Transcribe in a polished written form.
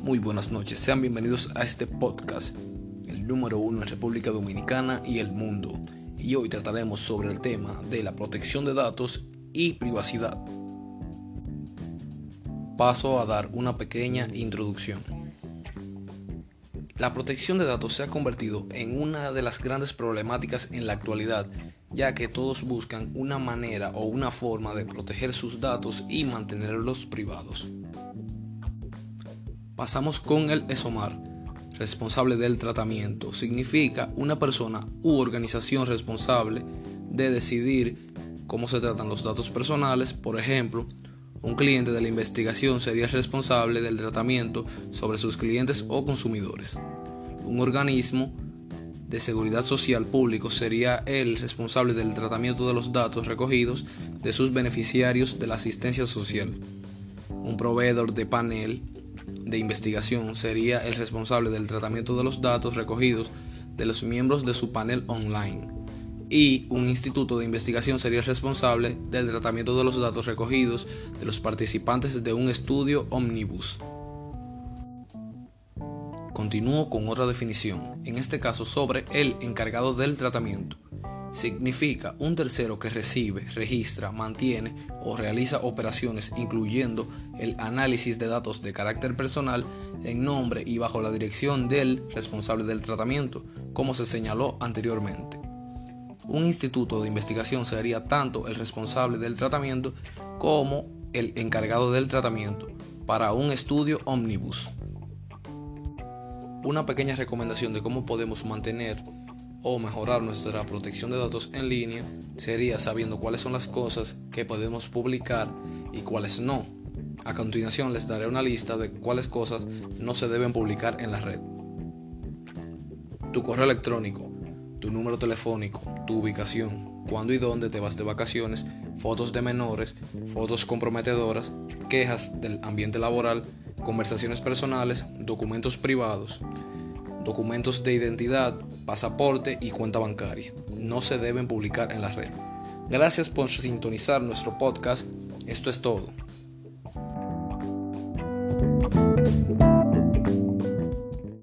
Muy buenas noches, sean bienvenidos a este podcast, el número 1 en República Dominicana y el mundo. Y hoy trataremos sobre el tema de la protección de datos y privacidad. Paso a dar una pequeña introducción. La protección de datos se ha convertido en una de las grandes problemáticas en la actualidad, ya que todos buscan una manera o una forma de proteger sus datos y mantenerlos privados. Pasamos con el ESOMAR, responsable del tratamiento. Significa una persona u organización responsable de decidir cómo se tratan los datos personales. Por ejemplo, un cliente de la investigación sería el responsable del tratamiento sobre sus clientes o consumidores. Un organismo de seguridad social público sería el responsable del tratamiento de los datos recogidos de sus beneficiarios de la asistencia social. Un proveedor de panel de investigación sería el responsable del tratamiento de los datos recogidos de los miembros de su panel online. Y un instituto de investigación sería el responsable del tratamiento de los datos recogidos de los participantes de un estudio ómnibus. Continúo con otra definición, en este caso sobre el encargado del tratamiento. Significa un tercero que recibe, registra, mantiene o realiza operaciones incluyendo el análisis de datos de carácter personal en nombre y bajo la dirección del responsable del tratamiento, como se señaló anteriormente. Un instituto de investigación sería tanto el responsable del tratamiento como el encargado del tratamiento para un estudio ómnibus. Una pequeña recomendación de cómo podemos mantener o mejorar nuestra protección de datos en línea sería sabiendo cuáles son las cosas que podemos publicar y cuáles no. A continuación les daré una lista de cuáles cosas no se deben publicar en la red. Tu correo electrónico, tu número telefónico, tu ubicación, cuándo y dónde te vas de vacaciones, fotos de menores, fotos comprometedoras, quejas del ambiente laboral, conversaciones personales, documentos privados, documentos de identidad, pasaporte y cuenta bancaria. No se deben publicar en la red. Gracias por sintonizar nuestro podcast. Esto es todo.